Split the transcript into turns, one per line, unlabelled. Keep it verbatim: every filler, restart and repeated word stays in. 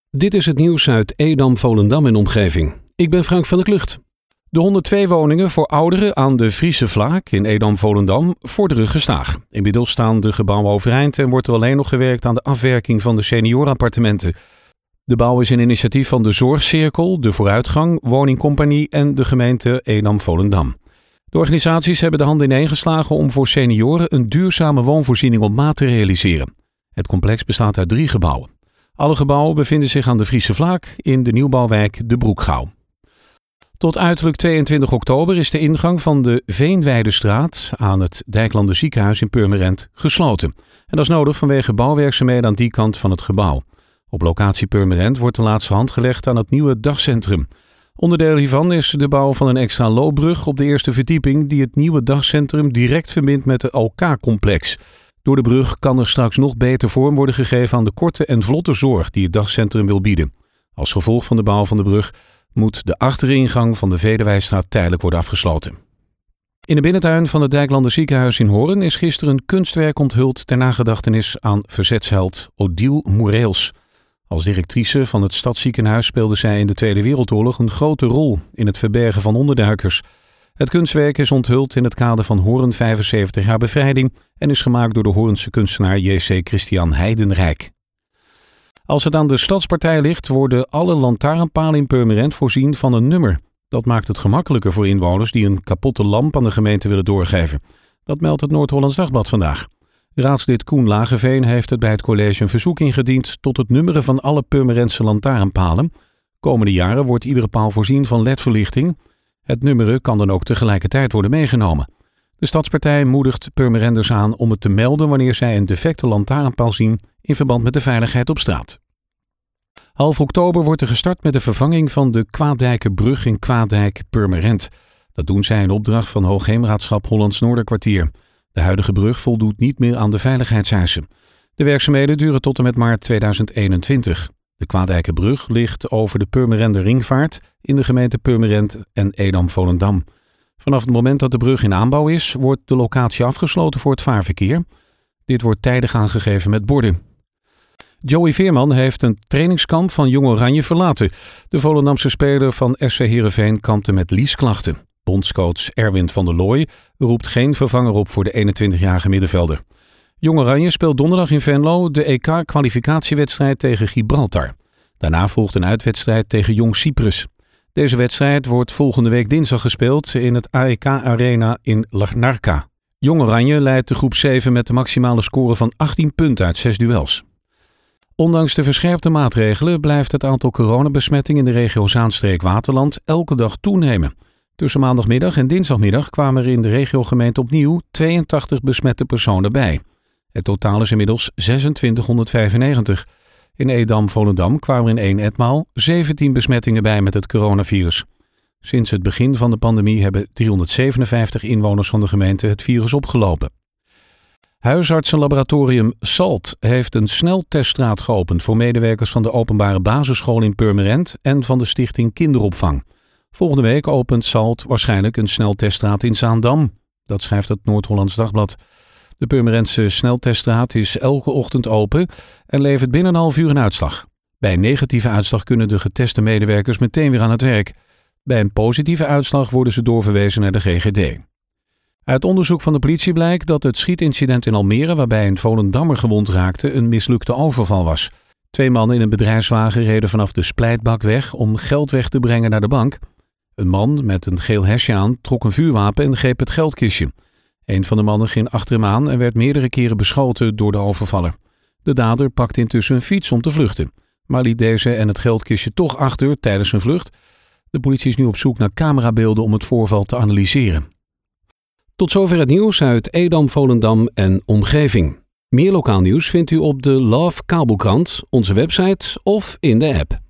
Dit is het nieuws uit Edam, Volendam en omgeving. Ik ben Frank van der Klucht. De honderdtwee woningen voor ouderen aan de Friese Vlaak in Edam, Volendam vorderen gestaag. Inmiddels staan de gebouwen overeind en wordt er alleen nog gewerkt aan de afwerking van de seniorenappartementen. De bouw is een initiatief van de Zorgcirkel, de Vooruitgang, Woningcompagnie en de gemeente Edam-Volendam. De organisaties hebben de handen ineengeslagen om voor senioren een duurzame woonvoorziening op maat te realiseren. Het complex bestaat uit drie gebouwen. Alle gebouwen bevinden zich aan de Friese Vlaak in de nieuwbouwwijk De Broekgouw. Tot uiterlijk tweeëntwintig oktober is de ingang van de Veenweidestraat aan het Dijklander Ziekenhuis in Purmerend gesloten. En dat is nodig vanwege bouwwerkzaamheden aan die kant van het gebouw. Op locatie Purmerend wordt de laatste hand gelegd aan het nieuwe dagcentrum. Onderdeel hiervan is de bouw van een extra loopbrug op de eerste verdieping die het nieuwe dagcentrum direct verbindt met het O K-complex. Door de brug kan er straks nog beter vorm worden gegeven aan de korte en vlotte zorg die het dagcentrum wil bieden. Als gevolg van de bouw van de brug moet de achteringang van de Vedewijstraat tijdelijk worden afgesloten. In de binnentuin van het Dijklander Ziekenhuis in Hoorn is gisteren een kunstwerk onthuld ter nagedachtenis aan verzetsheld Odile Moereels. Als directrice van het Stadsziekenhuis speelde zij in de Tweede Wereldoorlog een grote rol in het verbergen van onderduikers. Het kunstwerk is onthuld in het kader van Hoorn vijfenzeventig jaar bevrijding en is gemaakt door de Hoornse kunstenaar J C Christian Heidenrijk. Als het aan de Stadspartij ligt, worden alle lantaarnpalen in Purmerend voorzien van een nummer. Dat maakt het gemakkelijker voor inwoners die een kapotte lamp aan de gemeente willen doorgeven. Dat meldt het Noord-Hollands Dagblad vandaag. Raadslid Koen Lageveen heeft het bij het college een verzoek ingediend tot het nummeren van alle Purmerendse lantaarnpalen. Komende jaren wordt iedere paal voorzien van L E D-verlichting. Het nummeren kan dan ook tegelijkertijd worden meegenomen. De Stadspartij moedigt Purmerenders aan om het te melden wanneer zij een defecte lantaarnpaal zien in verband met de veiligheid op straat. Half oktober wordt er gestart met de vervanging van de Kwaadijkerbrug in Kwaadijk-Purmerend. Dat doen zij in opdracht van Hoogheemraadschap Hollands Noorderkwartier. De huidige brug voldoet niet meer aan de veiligheidseisen. De werkzaamheden duren tot en met maart tweeduizend eenentwintig. De Kwaadijkerbrug ligt over de Purmerender Ringvaart in de gemeente Purmerend en Edam-Volendam. Vanaf het moment dat de brug in aanbouw is, wordt de locatie afgesloten voor het vaarverkeer. Dit wordt tijdig aangegeven met borden. Joey Veerman heeft een trainingskamp van Jong Oranje verlaten. De Volendamse speler van S C Heerenveen kampte met liesklachten. Bondscoach Erwin van der Looy roept geen vervanger op voor de eenentwintigjarige middenvelder. Jong Oranje speelt donderdag in Venlo de E K-kwalificatiewedstrijd tegen Gibraltar. Daarna volgt een uitwedstrijd tegen Jong Cyprus. Deze wedstrijd wordt volgende week dinsdag gespeeld in het A E K-arena in Larnaca. Jong Oranje leidt de groep zeven met de maximale score van achttien punten uit zes duels. Ondanks de verscherpte maatregelen blijft het aantal coronabesmettingen in de regio Zaanstreek-Waterland elke dag toenemen. Tussen maandagmiddag en dinsdagmiddag kwamen er in de regiogemeente opnieuw tweeëntachtig besmette personen bij. Het totaal is inmiddels zesentwintighonderdvijfennegentig. In Edam-Volendam kwamen in één etmaal zeventien besmettingen bij met het coronavirus. Sinds het begin van de pandemie hebben driehonderdzevenenvijftig inwoners van de gemeente het virus opgelopen. Huisartsenlaboratorium SALT heeft een snelteststraat geopend voor medewerkers van de openbare basisschool in Purmerend en van de stichting Kinderopvang. Volgende week opent SALT waarschijnlijk een snelteststraat in Zaandam. Dat schrijft het Noord-Hollands Dagblad. De Purmerendse snelteststraat is elke ochtend open en levert binnen een half uur een uitslag. Bij een negatieve uitslag kunnen de geteste medewerkers meteen weer aan het werk. Bij een positieve uitslag worden ze doorverwezen naar de G G D. Uit onderzoek van de politie blijkt dat het schietincident in Almere, waarbij een Volendammer gewond raakte, een mislukte overval was. Twee mannen in een bedrijfswagen reden vanaf de Splijtbak weg om geld weg te brengen naar de bank. Een man met een geel hesje aan trok een vuurwapen en greep het geldkistje. Een van de mannen ging achter hem aan en werd meerdere keren beschoten door de overvaller. De dader pakte intussen een fiets om te vluchten, maar liet deze en het geldkistje toch achter tijdens zijn vlucht. De politie is nu op zoek naar camerabeelden om het voorval te analyseren. Tot zover het nieuws uit Edam, Volendam en omgeving. Meer lokaal nieuws vindt u op de Love Kabelkrant, onze website of in de app.